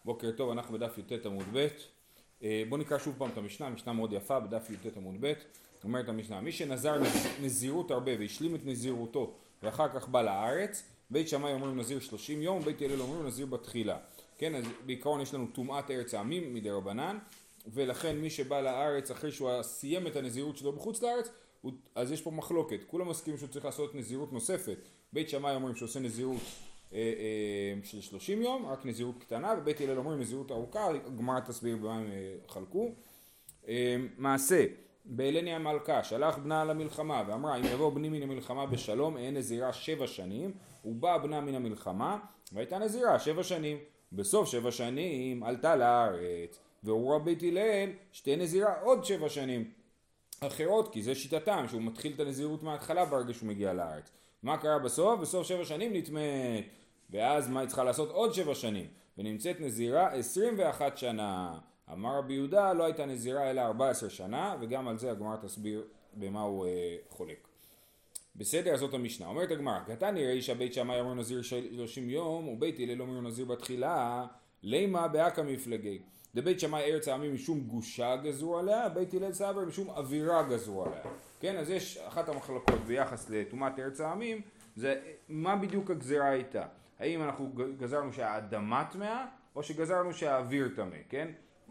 בוקר טוב, אנחנו בדף י"ט עמוד ב'. בואו נקרא שוב פעם את המשנה, משנה מאוד יפה בדף י"ט עמוד ב'. אומרת המשנה, מי שנזר נזירות הרבה והשלים את נזירותו ואחר כך בא לארץ, בית שמאי אומרים נזיר 30 יום, בית הלל אומרים נזיר בתחילה. כן, אז בעיקרון יש לנו טומאת ארץ העמים מדי רבנן, ולכן מי שבא לארץ אחרי שהוא סיים את הנזירות שלו בחוץ לארץ, אז יש פה מחלוקת. כולם מסכימים שהוא צריך לעשות נזירות נוספת. בית שמאי אומרים שעושה נזירות של 30 יום, רק נזירות קטנה, ובית הלל אומרים נזירות ארוכה, הגמרא תסביר במה הם חלקו. מעשה, בהלני המלכה, שלח בנה למלחמה ואמרה, אם יבוא בני מן המלחמה בשלום, אין נזירה 7 שנים, ובא בנה מן המלחמה, והייתה נזירה 7 שנים. בסוף 7 שנים עלתה לארץ, והורה בית הלל שתי נזירה עוד 7 שנים אחרות, כי זה שיטתם, שהוא מתחיל את הנזירות מההתחלה ברגע שהוא מגיע לארץ. מה קרה בסוף? בסוף 7 שנים נטמאת, ואז מה היא צריכה לעשות? עוד 7 שנים, ונמצאת נזירה 21 שנה. אמר רבי יהודה, לא הייתה נזירה אלא 14 שנה, וגם על זה הגמרא תסביר במה הוא חולק. בסדר, זאת המשנה. אומרת הגמרא, קטן נראה אישה בית שמאי אומר נזיר 30 יום, ובית הלל אומר נזיר בתחילה, לימה באקא מפלגי. דבית שמאי ארץ העמים משום גושה גזרו עליה, בית הלל סבר משום אווירה גזרו עליה. כן, אז יש אחת המחלקות ביחס לטומאת ארץ העמים, זה מה בדיוק הגזרה הייתה. האם אנחנו גזרנו שהאדמה טמאה, או שגזרנו שהאוויר טמא, כן?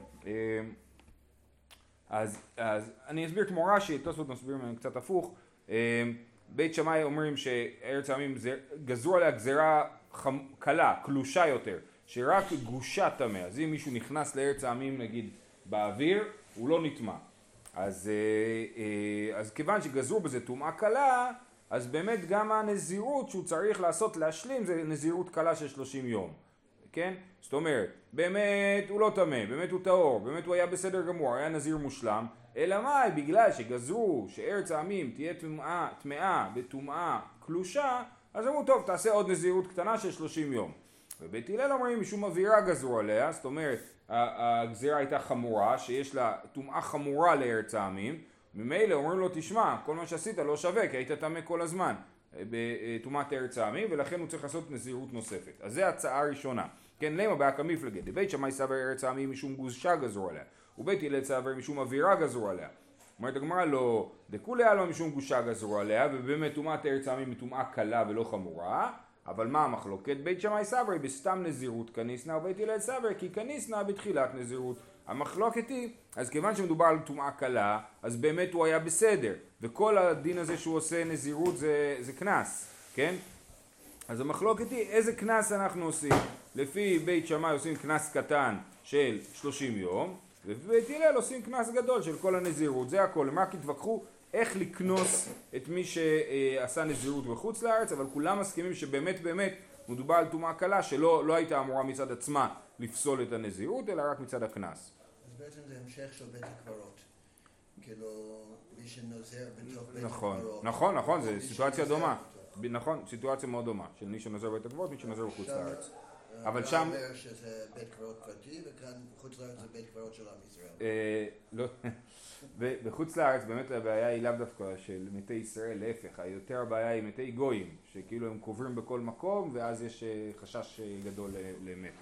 אז אני אסביר כמו רש"י, תוספות מסביר ממנו קצת הפוך. בית שמאי אומרים שארץ העמים גזרו עליה גזרה קלה, קלושה יותר, שרק גושה טמא. אז אם מישהו נכנס לארץ העמים נגיד באוויר, הוא לא נטמא. אז כיוון שגזרו בזה טומאה קלה, אז באמת גם הנזירות שהוא צריך לעשות להשלים זה נזירות קלה של 30 יום. כן? זאת אומרת, באמת הוא לא טמא, באמת הוא טהור, באמת הוא היה בסדר גמור, היה נזיר מושלם, אלא מה? בגלל שגזרו שארץ העמים תהיה טמאה בטומאה קלושה, אז אמרו טוב, תעשה עוד נזירות קטנה של 30 יום. ובית הלל אומרים משום אווירה גזרו עליה, זאת אומרת הגזירה הייתה חמורה, שיש לה טומאה חמורה לארץ העמים, ממילא אומרים לו תשמע, כל מה שעשית לא שווה, כי היית טמא כל הזמן בטומאת ארץ העמים, ולכן הוא צריך לעשות נזירות נוספת. אז זה הצעה ראשונה. כן, למה באקא מפלגי? דבית שמאי סבר ארץ העמים משום גושה גזרו עליה, ובית הלל סבר משום אווירה גזרו עליה. אומרת הגמרא לא, דכולי עלמא משום גושה גזרו עליה, ובאמת טומאת ארץ העמים היא טומאה קלה ולא חמורה. אבל מה המחלוקת? בית שמאי סבר היא בסתם נזירות כניסנה, ובית הלל סבר כי כניסנה בתחילת נזירות. המחלוקת היא, אז כיוון שמדובר על טומאה קלה, אז באמת הוא היה בסדר, וכל הדין הזה שהוא עושה נזירות זה קנס, כן? אז המחלוקת היא איזה קנס אנחנו עושים. לפי בית שמאי עושים קנס קטן של 30 יום, ובית הלל עושים קנס גדול של כל הנזירות. זה הכל, הם רק התווכחו איך לקנוס את מי שעשה נזירות בחוץ לארץ, אבל כולם מסכימים שבאמת באמת מדובר על טומאה קלה שלא הייתה אמורה מצד עצמה לפסול את הנזירות, אלא רק מצד הקנס. אז בעצם זה המשך של בית הקברות. כאילו, מי שנוזר בתוך בית הקברות. נכון, זה סיטואציה דומה. נכון, סיטואציה מאוד דומה, של מי שנוזר בית הקברות, מי שנוזר בחוץ לארץ. אבל שם... אתה אומר שזה בית קברות פרטי, וכאן בחוץ לארץ זה בית קברות של עם ישראל. לא, בחוץ לארץ באמת הבעיה היא לאו דווקא של מתי ישראל, להפך, יותר הבעיה היא מתי גויים, שכאילו הם קוברים בכל מקום, ואז יש חשש גדול למת.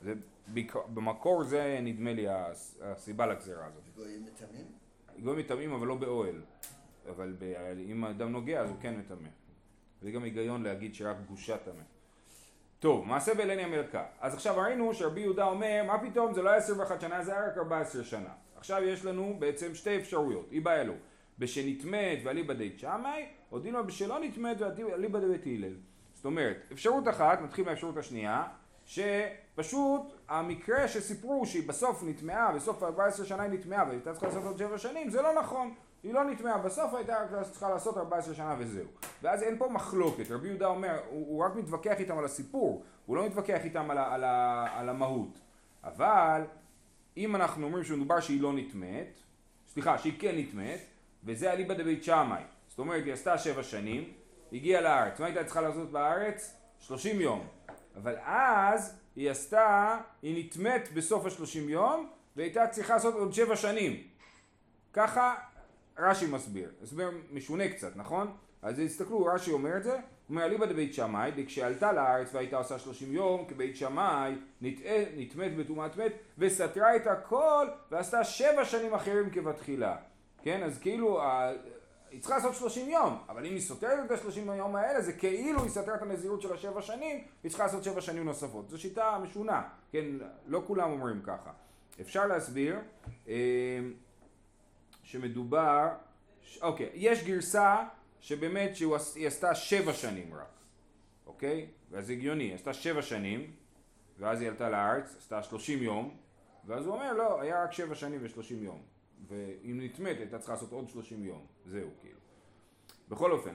במקור זה נדמה לי הסיבה לגזירה הזאת. גויים מטמאים? גויים מטמאים אבל לא באוהל, אבל אם האדם נוגע אז הוא כן מטמא. זה גם היגיון להגיד שרק גושה טמא. טוב, מעשה בהלני המלכה. אז עכשיו ראינו שרבי יהודה אומר, מה פתאום, זה לא היה 21 שנה, זה היה רק 14 שנה. עכשיו יש לנו בעצם שתי אפשרויות, היא באה אלו, בשנטמאת ואליבא דבית שמאי, או דינו בשלא נטמאת ואליבא דבית הלל. זאת אומרת, אפשרות אחת, נתחיל מהאפשרות השנייה, שפשוט המקרה שסיפרו שהיא בסוף נטמאה, בסוף 14 שנה היא נטמאה, והייתה צריכה לעשות עוד 7 שנים, זה לא נכון. היא לא נטמאה, בסוף הייתה צריכה לעשות 14 שנה וזהו. ואז אין פה מחלוקת, רבי יהודה אומר, הוא רק מתווכח איתם על הסיפור, הוא לא מתווכח איתם על המהות. אבל אם אנחנו אומרים שמדובר שהיא לא נטמאת, סליחה, שהיא כן נטמאת, וזה אליבא דבית שמאי, זאת אומרת היא עשתה 7 שנים, הגיעה לארץ, מה הייתה צריכה לעשות בארץ? 30 יום. אבל אז היא נטמאת בסוף ה-30 יום, והייתה צריכה לעשות עוד 7 שנים. ככה רש"י מסביר, הסבר משונה קצת, נכון? אז תסתכלו, רש"י אומר את זה, אומר אליבא דבית שמאי, כשעלתה לארץ והייתה עושה 30 יום, כבית שמאי נטמאת בטומאת מת וסתרה את הכל ועשתה 7 שנים אחרים כבתחילה. כן, אז כאילו היא צריכה לעשות 30 יום, אבל אם היא סותרת את ה-30 יום האלה, זה כאילו היא סותרת את הנזירות של ה7 שנים, היא צריכה לעשות 7 שנים נוספות. זו שיטה משונה, כן, לא כולם אומרים ככה. אפשר להסביר שמדובר, אוקיי, יש גרסה שבאמת היא עשתה 7 שנים רק, אוקיי? ואז זה הגיוני, היא עשתה 7 שנים, ואז היא עלתה לארץ, עשתה 30 יום, ואז הוא אומר, לא, היה רק 7 שנים ו30 יום. ואם נטמאת, הייתה צריכה לעשות עוד 30 יום. זהו, כאילו. בכל אופן,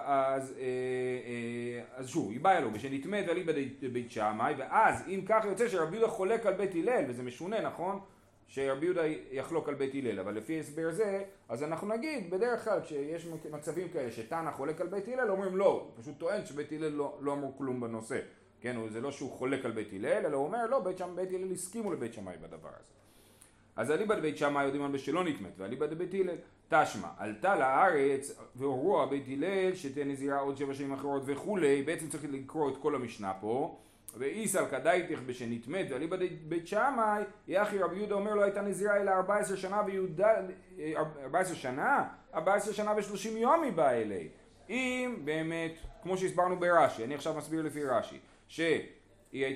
אז שוב, היא באה לו, ושנטמאת ואליבא דבית שמאי, ואז אם כך יוצא שרבי יהודה חולק על בית הלל, וזה משונה, נכון? שרבי יהודה יחלוק על בית הלל, אבל לפי הסבר זה, אז אנחנו נגיד, בדרך כלל, כשיש מצבים כאלה שתנא חולק על בית הלל, אומרים לא, הוא פשוט טוען שבית הלל לא אמרו כלום בנושא. כן, זה לא שהוא חולק על בית הלל, אלא הוא אומר, לא, בית הלל הסכימו לבית שמאי בדבר הזה. אז אליבא דבית שמאי יודעים על בשלא נטמאת, ואליבא דבית הלל תשמע, עלתה לארץ והורו בית הלל שתהיה נזירה עוד 7 שנים אחרות וכולי, בעצם צריך לקרוא את כל המשנה פה, ואיסל כדאיתך בשנטמאת, ואליבא דבית שמאי, יחי רבי יהודה אומר לו הייתה נזירה אלא 14 שנה ויהודה, 14 שנה? 14 שנה ו30 יום היא באה אלי. אם באמת, כמו שהסברנו ברש"י, אני עכשיו מסביר לפי רש"י, היא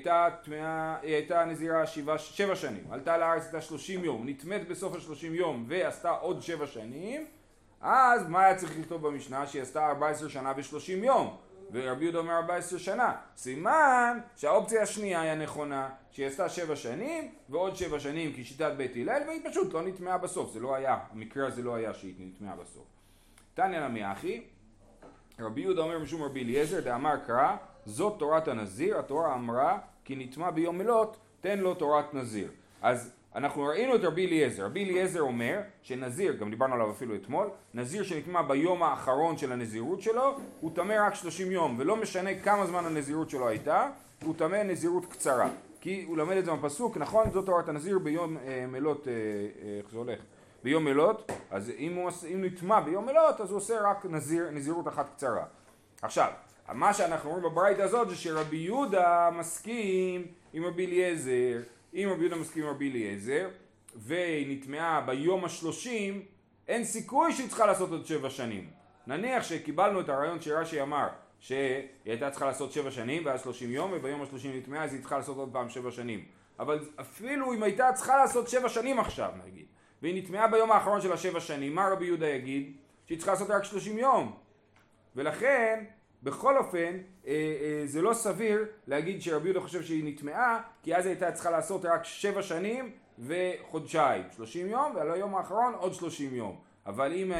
הייתה נזירה 7 שנים, עלתה לארץ הייתה 30 יום, נטמאת בסוף ה-30 יום ועשתה עוד 7 שנים, אז מה היה צריך לכתוב במשנה? שהיא עשתה 14 שנה ו30 יום, ורבי יהודה אומר 14 שנה, סימן שהאופציה השנייה היה נכונה, שהיא עשתה 7 שנים ועוד 7 שנים כשיטת בית הלל, והיא פשוט לא נטמעה בסוף, זה לא היה, המקרה הזה לא היה שהיא נטמעה בסוף. תניא נמי אחי, רבי יהודה אומר משום רבי אליעזר, דאמר קרא, זאת תורת הנזיר, התורה אמרה כי נטמע ביום מלות, תן לו תורת נזיר. אז אנחנו ראינו את רבי אליעזר, רבי אליעזר אומר שנזיר, גם דיברנו עליו אפילו אתמול, נזיר שנטמע ביום האחרון של הנזירות שלו, הוא טמא רק 30 יום, ולא משנה כמה זמן הנזירות שלו הייתה, הוא טמא נזירות קצרה. כי הוא למד את זה בפסוק, נכון? זאת תורת הנזיר ביום מלות, איך זה הולך? ביום מלות, אז אם נטמע ביום מלות, אז הוא עושה רק נזירות אחת קצרה. עכשיו, מה שאנחנו רואים בברייתא הזאת זה שרבי יהודה מסכים עם רבי אליעזר, אם רבי יהודה מסכים עם רבי אליעזר והיא נטמעה ביום ה-30, אין סיכוי שהיא צריכה לעשות עוד 7 שנים. נניח שקיבלנו את הרעיון שרש"י אמר שהיא הייתה צריכה לעשות 7 שנים ואז 30 יום וביום ה-30 נטמעה אז היא צריכה לעשות עוד פעם 7 שנים. אבל אפילו אם הייתה צריכה לעשות 7 שנים עכשיו נגיד, והיא נטמעה ביום האחרון של ה7 שנים, מה רבי יהודה יגיד? שהיא צריכה לעשות רק 30 יום. ולכן בכל אופן, זה לא סביר להגיד שרבי יהודה חושב שהיא נטמעה, כי אז הייתה צריכה לעשות רק 7 שנים וחודשיים, 30 יום, ועל היום האחרון עוד 30 יום. אבל אם,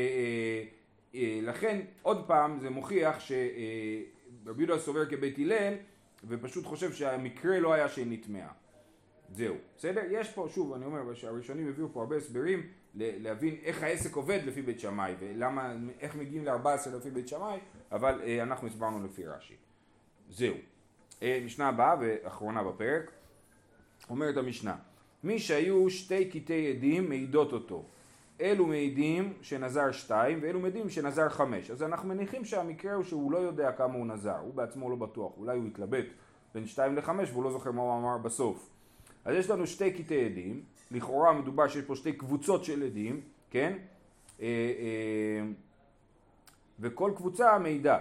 לכן עוד פעם זה מוכיח שרבי יהודה סובר כבית הלל, ופשוט חושב שהמקרה לא היה שהיא נטמעה. זהו, בסדר? יש פה, שוב, אני אומר, שהראשונים הביאו פה הרבה הסברים להבין איך העסק עובד לפי בית שמאי, ולמה, איך מגיעים ל-14 לפי בית שמאי, אבל אנחנו הסברנו לפי רש"י. זהו. משנה הבאה ואחרונה בפרק, אומרת המשנה, מי שהיו 2 קטעי עדים מעידות אותו, אלו מעידים שנזר 2 ואלו מעידים שנזר 5, אז אנחנו מניחים שהמקרה הוא שהוא לא יודע כמה הוא נזר, הוא בעצמו לא בטוח, אולי הוא התלבט בין 2 ל-5 והוא לא זוכר מה הוא אמר בסוף. אז יש לנו 2 קטעי עדים, לכאורה מדובר שיש פה 2 קבוצות של עדים, כן? וכל קבוצה מעידה.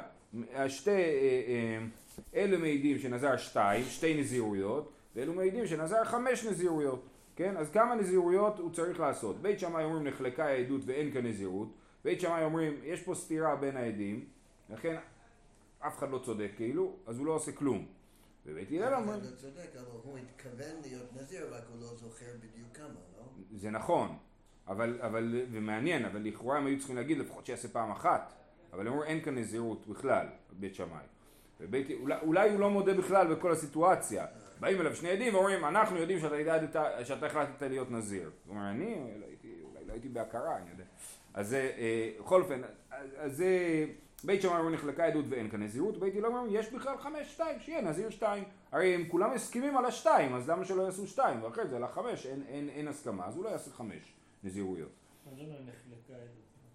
אלה מעידים שנזר 2, 2 נזירויות, ואלו מעידים שנזר 5 נזירויות, כן? אז כמה נזירויות הוא צריך לעשות? בית שמאי אומרים נחלקה העדות ואין כאן נזירות, בית שמאי אומרים יש פה סתירה בין העדים, לכן אף אחד לא צודק כאילו, אז הוא לא עושה כלום. בבית הלל אומרים... הוא לא צודק, אבל הוא התכוון להיות נזיר, רק הוא לא זוכר בדיוק כמה, לא? זה נכון, ומעניין, אבל לכאורה הם היו צריכים להגיד לפחות שיעשה פעם אחת, אבל הם אומרים אין כאן נזירות בכלל, בבית שמאי. אולי הוא לא מודה בכלל בכל הסיטואציה. באים אליו 2 עדים ואומרים, אנחנו יודעים שאתה החלטת להיות נזיר. הוא אומר, אני אולי לא הייתי בהכרה, אני יודע. אז בכל אופן, אז בית שמאי אומרים נחלקה עדות ואין כאן נזירות, בית הלל אומרים יש בכלל 5, 2, שיהיה נזיר 2. הרי הם כולם מסכימים על 2, אז למה שלא יעשו 2? ואחרי זה על 5 אין הסכמה, אז הוא לא יעשה 5 נזירויות. מה זה לא נחלקה עדות?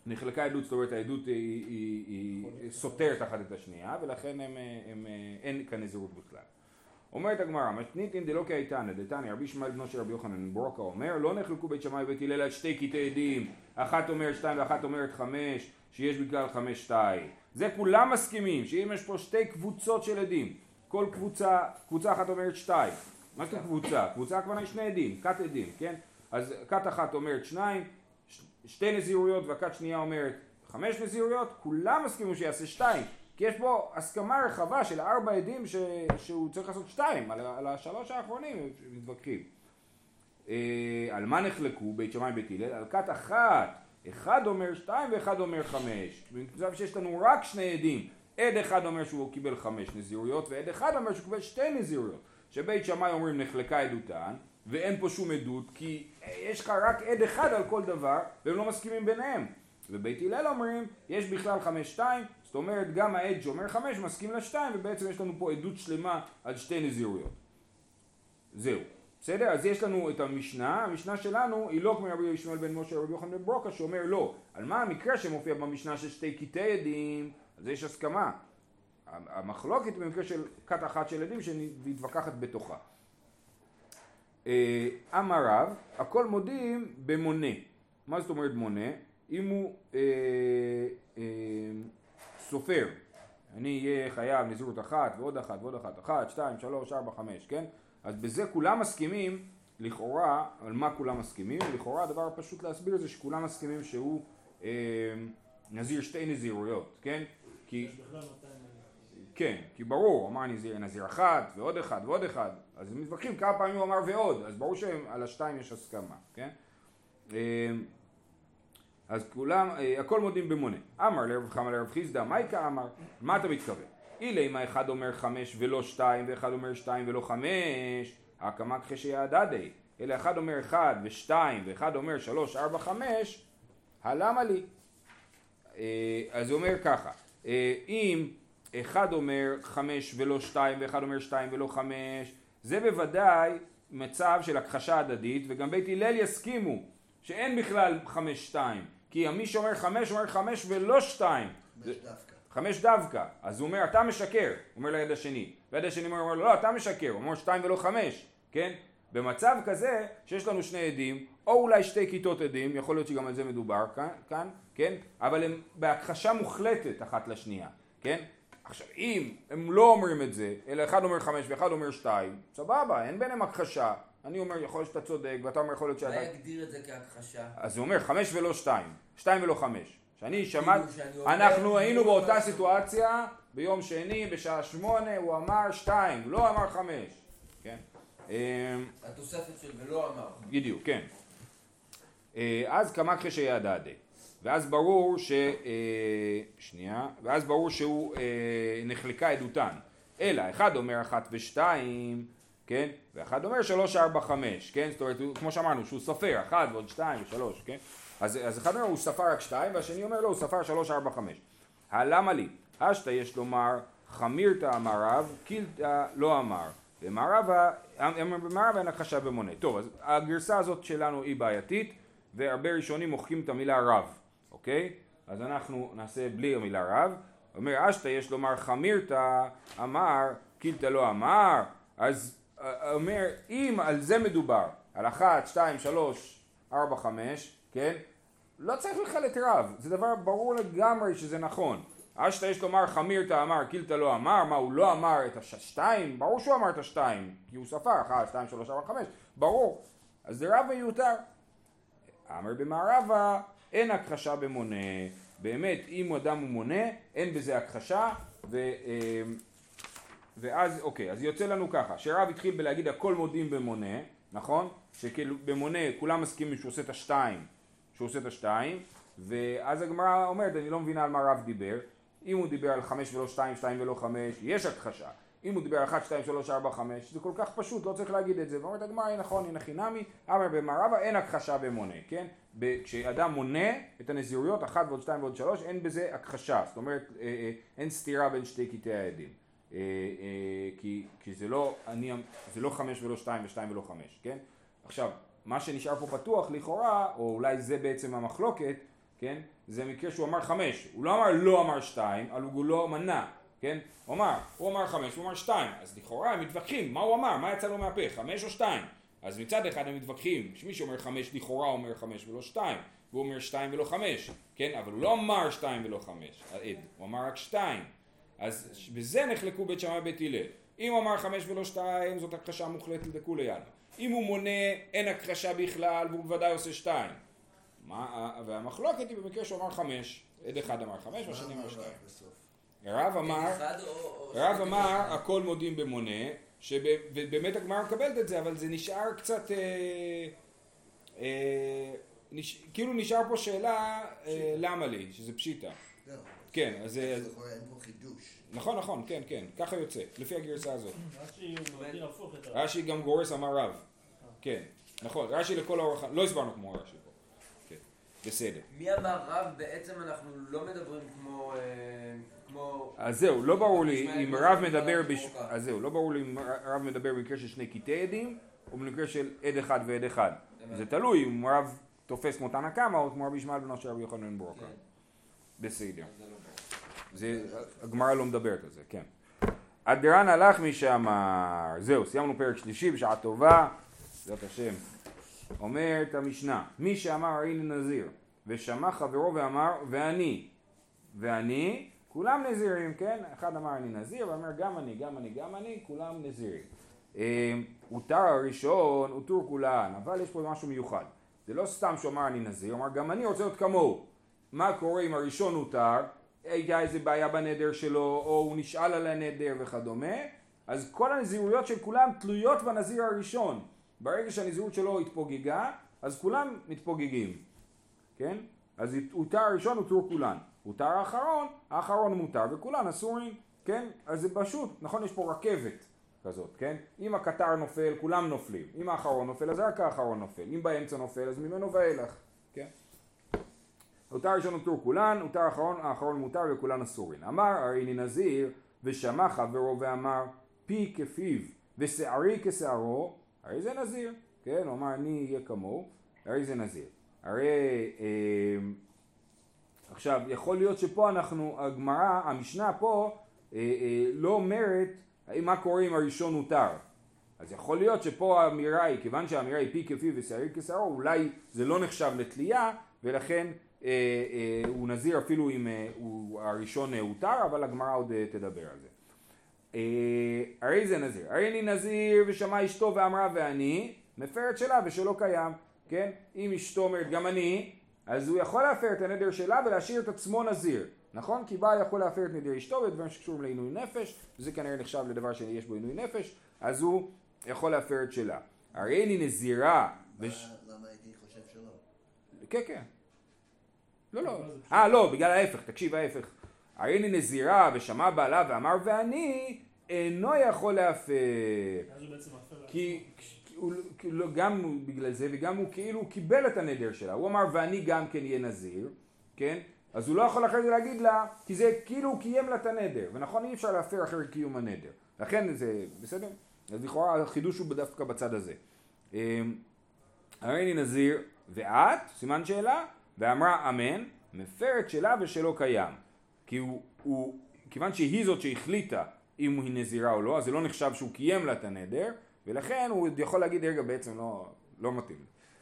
נחלקה עדות, זאת אומרת העדות היא סותרת אחת את השנייה, ולכן אין כאן נזירות בכלל. אומרת הגמרא, מתניתין דלא כאיתנא, דתניא רבי ישמעאל בנו של רבי יוחנן ברוקה אומר, לא נחלקו בית שמאי ובית הלל על שתי קטעי עדים, אחת אומרת 2 ואחת אומרת 5, שיש בכלל 5-2. זה כולם מסכימים, שאם יש פה שתי קבוצות של עדים, כל קבוצה אחת אומרת 2. מה זאת קבוצה? קבוצה הכוונה היא 2 עדים, כת עדים, כן? אז כת אחת אומרת 2, 2 נזירויות, והכת שנייה אומרת 5 נזירויות, כולם מסכימו שיעשה 2. כי יש פה הסכמה רחבה של 4 עדים שהוא צריך לעשות 2, על השלוש האחרונים מתווכחים. על מה נחלקו בית שמאי בית הלל? על כת אחת, אחד אומר 2 ואחד אומר 5. במצב שיש לנו רק 2 עדים, עד אחד אומר שהוא קיבל 5 נזירויות, ועד אחד אומר שהוא קיבל 2 נזירויות. שבית שמאי אומרים נחלקה עדותן, ואין פה שום עדות, כי יש לך רק עד אחד על כל דבר, והם לא מסכימים ביניהם. ובית הלל אומרים, יש בכלל 5-2, זאת אומרת גם העד שאומר 5 מסכים ל2, ובעצם יש לנו פה עדות שלמה על 2 נזירויות. זהו. בסדר? אז יש לנו את המשנה, המשנה שלנו היא לא כמו רבי ישמעאל בן משה ורבי יוחנן בן ברוקה שאומר לא. על מה המקרה שמופיע במשנה של 2 קטעי עדים? אז יש הסכמה. המחלוקת במקרה של כת אחת של עדים שמתווכחת בתוכה. אמר רב, הכל מודים במונה. מה זאת אומרת מונה? אם הוא סופר, אני אהיה חייב נזירות 1 ועוד 1 ועוד 1, 1, 2, 3, 4, 5, כן? אז בזה כולם מסכימים, לכאורה, על מה כולם מסכימים? לכאורה הדבר הפשוט להסביר זה שכולם מסכימים שהוא נזיר 2 נזירויות, כן? כן, כי ברור, אמר נזיר 1 ועוד 1 ועוד 1, אז הם מתווכחים כמה פעמים הוא אמר ועוד, אז ברור שעל ה2 יש הסכמה, כן? אז כולם, הכל מודים במונה. אמר לרב חמא לרב חיסדא, מייקה אמר, מה אתה מתכוון? אילי מה אחד אומר 5 ולא 2, ואחד אומר 2 ולא 5, הקמה כחשי הדדי. אלא אחד אומר 1 ו2, ואחד אומר 3, 4, 5, הלמה לי? אז הוא אומר ככה, אם אחד אומר 5 ולא 2, ואחד אומר 2 ולא 5, זה בוודאי מצב של הכחשה הדדית, וגם בית הלל יסכימו שאין בכלל 5-2, כי מי שאומר 5 אומר 5 ולא 2. 5 דווקא. אז הוא אומר אתה משקר, הוא אומר ליד השני. ויד השני אומר לא, אתה משקר, הוא אומר 2 ולא 5, כן? במצב כזה שיש לנו 2 עדים, או אולי 2 כיתות עדים, יכול להיות שגם על זה מדובר כאן, כן? אבל הם בהכחשה מוחלטת אחת לשנייה, כן? עכשיו אם הם לא אומרים את זה, אלא אחד אומר 5 ואחד אומר 2, סבבה, אין ביניהם הכחשה. אני אומר יכול להיות שאתה צודק, ואתה אומר יכול להיות שאתה... מה יגדיר את זה כהכחשה? אז הוא אומר 5 ולא 2, 2 ולא 5. שאני שמעת, אנחנו היינו באותה סיטואציה, ביום שני בשעה 8 הוא אמר 2, הוא לא אמר 5. כן? התוספת של ולא אמר. בדיוק, כן. אז כמה כחשי ידעדי. ואז ברור ואז ברור שהוא נחלקה עדותן. אלא, אחד אומר 1 ו2, כן? ואחד אומר 3, 4, 5, כן? זאת אומרת, כמו שאמרנו, שהוא סופר, 1 ועוד 2 ו3, כן? אז אחד אומר, הוא ספר רק 2, והשני אומר, לא, הוא ספר 3, 4, 5. למה לי? השתא יש לומר, חמירתא אמר רב, קילתא לא אמר. במערבה אין הכחשה במונה. טוב, אז הגרסה הזאת שלנו היא בעייתית, והרבה ראשונים מוחקים את המילה רב, אוקיי? אז אנחנו נעשה בלי המילה רב. אומר, השתא יש לומר, חמירתא אמר, קילתא לא אמר. אז אומר, אם על זה מדובר, על 1, 2, 3, 4, 5, כן? לא צריך בכלל את רב, זה דבר ברור לגמרי שזה נכון. אשתא יש לומר חמירתא אמר, קילתא לא אמר, מה הוא לא אמר את השתיים? ברור שהוא אמר את השתיים, כי הוא ספר 1, 2, 3, 4, 5, ברור. אז זה רב מיותר. אמר במערבה, אין הכחשה במונה. באמת, אם אדם הוא מונה, אין בזה הכחשה, ואז, אוקיי, אז יוצא לנו ככה, שרב התחיל בלהגיד הכל מודים במונה, נכון? שכאילו במונה כולם מסכימים שהוא עושה את השתיים, ואז הגמרא אומרת, אני לא מבינה על מה רב דיבר, אם הוא דיבר על 5 ולא 2, 2 ולא 5, יש הכחשה. אם הוא דיבר על 1, 2, 3, 4, 5, זה כל כך פשוט, לא צריך להגיד את זה. ואומרת הגמרא, נכון, הנה חינמי, אמר במערבה, אין הכחשה במונה, כן? כשאדם מונה את הנזירויות, 1 ועוד 2 ועוד 3, אין בזה הכחשה, זאת אומרת, אין סתירה בין שתי קטעי העדים. כי זה לא 5 ולא 2 ו2 ולא 5, כן? עכשיו, מה שנשאר פה פתוח לכאורה, או אולי זה בעצם המחלוקת, כן? זה מקרה שהוא אמר 5, הוא לא אמר לא אמר 2, אבל הוא לא מנע, כן? הוא אמר 5, הוא אמר 2, אז לכאורה הם מתווכחים, מה הוא אמר? מה יצא לו מהפה? 5 או 2? אז מצד אחד הם מתווכחים, שמי שאומר 5 לכאורה אומר 5 ולא 2, והוא אומר 2 ולא 5, כן? אבל הוא לא אמר 2 ולא 5, העד, הוא אמר רק 2. אז בזה נחלקו בית שמאי ובית הלל. אם הוא אמר 5 ולא 2, זאת הכחשה מוחלטת לכולי עלמא. אם הוא מונה, אין הכחשה בכלל, והוא בוודאי עושה 2. והמחלוקת היא במקרה שהוא אמר 5, עד אחד אמר 5 והשני אמר 2. הרב אמר הכל מודים במונה, ובאמת הגמרא מקבלת את זה, אבל זה נשאר קצת, כאילו נשאר פה שאלה למה לי, שזה פשיטה. כן, אז זה... אין פה חידוש. נכון, כן, ככה יוצא, לפי הגרסה הזאת. רש"י הוא מגדיר הפוך את הרב. רש"י גם גורס אמר רב. כן, נכון, רש"י לכל האורך, לא הסברנו כמו רש"י פה. כן, בסדר. מי אמר רב? בעצם אנחנו לא מדברים כמו... אז זהו, לא ברור לי אם רב מדבר... אז זהו, לא ברור לי אם רב מדבר במקרה של שני קטעי עדים, או במקרה של עד אחד ועד אחד. זה תלוי אם רב תופס כמו תנא קמא, או כמו רבי ישמעאל בנו של רבי יוחנן בן ברוקה. בסדר. הגמרא לא מדברת על זה, כן. הדרן הלך מי שאמר, זהו, סיימנו פרק שלישי בשעה טובה, זאת השם. אומרת המשנה, מי שאמר הריני נזיר, ושמע חברו ואמר ואני, כולם נזירים, כן? אחד אמר אני נזיר, ואומר גם אני, כולם נזירים. הותר הראשון, הותר כולן, אבל יש פה משהו מיוחד. זה לא סתם שאומר אני נזיר, הוא אמר גם אני רוצה להיות כמוהו. מה קורה אם הראשון הותר? הייתה איזה בעיה בנדר שלו, או הוא נשאל על הנדר וכדומה, אז כל הנזירויות של כולם תלויות בנזיר הראשון. ברגע שהנזירות שלו התפוגגה, אז כולם מתפוגגים, כן? אז הותר הראשון, הותר כולן. הותר האחרון מותר, וכולן אסורים, כן? אז זה פשוט, נכון, יש פה רכבת כזאת, כן? אם הקטר נופל, כולם נופלים. אם האחרון נופל, אז רק האחרון נופל. אם באמצע נופל, אז ממנו ואילך, כן? הותר ראשון הותר כולן, הותר האחרון מותר וכולן אסורין. אמר הריני נזיר ושמע חברו ואמר פי כפיו ושערי כשערו, הרי זה נזיר, כן? הוא אמר אני אהיה כמוהו, הרי זה נזיר. הרי עכשיו יכול להיות שפה הגמרא, המשנה פה לא אומרת מה קורה אם הראשון הותר. אז יכול להיות שפה האמירה היא, כיוון שהאמירה היא פי כפיו ושערי כשערו, אולי זה לא נחשב לתלייה ולכן הוא נזיר אפילו אם הראשון הותר, אבל הגמרא עוד תדבר על זה. הרי זה נזיר. הרי אני נזיר ושמע אשתו ואמרה ואני, מפרת שלה ושלא קיים, כן? אם אשתו אומרת גם אני, אז הוא יכול להפר את הנדר שלה ולהשאיר את עצמו נזיר, נכון? כי בעל יכול להפר את נדר אשתו בדברים שקשורים לעינוי נפש, וזה כנראה נחשב לדבר שיש בו עינוי נפש, אז הוא יכול להפר את שלה. הרי אני נזירה... למה הייתי חושב שלא? כן. לא, בגלל ההפך, תקשיב ההפך. הרי אני נזירה ושמע בעלה ואמר ואני אינו יכול להפר. אז הוא בעצם מפר. כי גם בגלל זה וגם הוא כאילו קיבל את הנדר שלה. הוא אמר ואני גם כן יהיה נזיר, כן? אז הוא לא יכול אחרי זה להגיד לה, כי זה כאילו הוא קיים לה את הנדר. ונכון אי אפשר להפר אחרי קיום הנדר. לכן זה בסדר? אז לכאורה החידוש הוא דווקא בצד הזה. הרי אני נזיר ואת, סימן שאלה, ואמרה אמן, מפרת שלה ושלא קיים. כי כיוון שהיא זאת שהחליטה אם היא נזירה או לא, אז זה לא נחשב שהוא קיים לה את הנדר, ולכן הוא יכול להגיד רגע בעצם לא מתאים.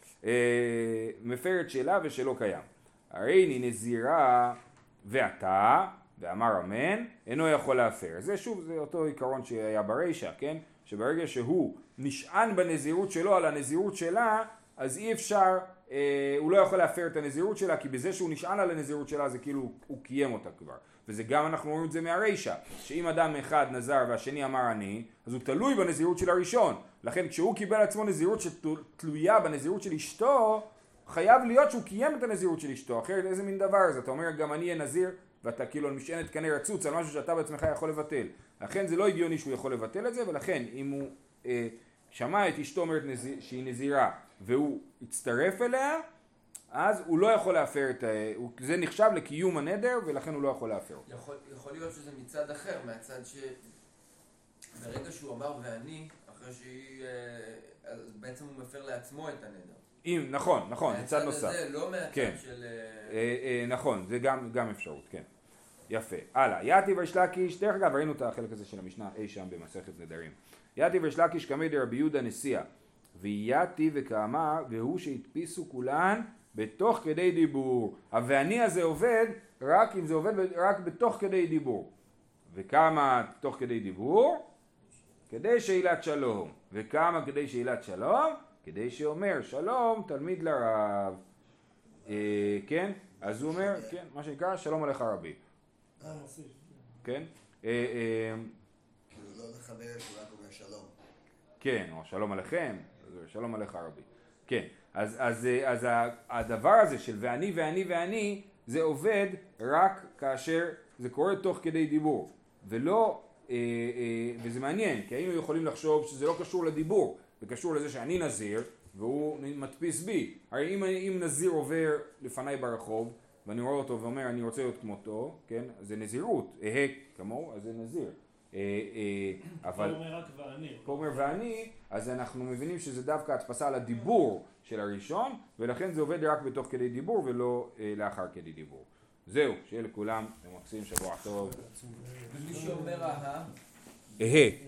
מפרת שלה ושלא קיים. הרי אני נזירה ואתה, ואמר אמן, אינו יכול להפר. זה שוב, זה אותו עיקרון שהיה ברישה, כן? שברגע שהוא נשען בנזירות שלו על הנזירות שלה, אז אי אפשר, הוא לא יכול להפר את הנזירות שלה, כי בזה שהוא נשען על הנזירות שלה זה כאילו הוא קיים אותה כבר. וזה גם אנחנו רואים את זה מהרישה, שאם אדם אחד נזר והשני אמר אני, אז הוא תלוי בנזירות של הראשון. לכן כשהוא קיבל עצמו נזירות שתלויה בנזירות של אשתו, חייב להיות שהוא קיים את הנזירות של אשתו, אחרת איזה מין דבר זה? אתה אומר גם אני אהיה נזיר, ואתה כאילו משענת כנראה רצוץ על משהו שאתה בעצמך יכול לבטל. לכן זה לא הגיוני שהוא יכול לבטל את זה, ולכן אם הוא שמע את אשתו אומרת שהיא נזירה, והוא הצטרף אליה, אז הוא לא יכול להפר את... זה נחשב לקיום הנדר, ולכן הוא לא יכול להפר. יכול להיות שזה מצד אחר, מהצד ברגע שהוא אמר ואני, אחרי שהיא... בעצם בעצם הוא מפר לעצמו את הנדר. נכון, זה צד נוסף. זה לא מהצד כן. של... נכון, זה גם אפשרות, כן. יפה. הלאה, יתיב ריש לקיש, דרך אגב ראינו את החלק הזה של המשנה אי שם במסכת נדרים. יתיב ריש לקיש קמי דרבי יהודה נשיאה, ויתיב וכאמר, והוא שהדפיסו כולן בתוך כדי דיבור. ה"ואני" הזה עובד רק אם זה עובד רק בתוך כדי דיבור. וכמה תוך כדי דיבור? כדי שאילת שלום. וכמה כדי שאילת שלום? כדי שאומר שלום תלמיד לרב. כן? אז הוא אומר, כן, מה שנקרא שלום עליך רבי. מוסיף. כן? כאילו לא לחבר שרק אומר שלום. כן, או שלום עליכם, שלום עליך רבי. כן, אז הדבר הזה של ואני ואני ואני, זה עובד רק כאשר זה קורה תוך כדי דיבור. ולא, וזה מעניין, כי היינו יכולים לחשוב שזה לא קשור לדיבור, זה קשור לזה שאני נזיר, והוא מדפיס בי. הרי אם נזיר עובר לפניי ברחוב, ואני רואה אותו ואומר אני רוצה להיות כמותו, כן? אז זה נזירות, כמוהו, אז זה נזיר. אבל... פה אומר רק ואני. פה אומר ואני, אז אנחנו מבינים שזה דווקא הדפסה על הדיבור של הראשון, ולכן זה עובד רק בתוך כדי דיבור ולא לאחר כדי דיבור. זהו, שיהיה לכולם, ומקסים שבוע טוב. ומי שאומר אהה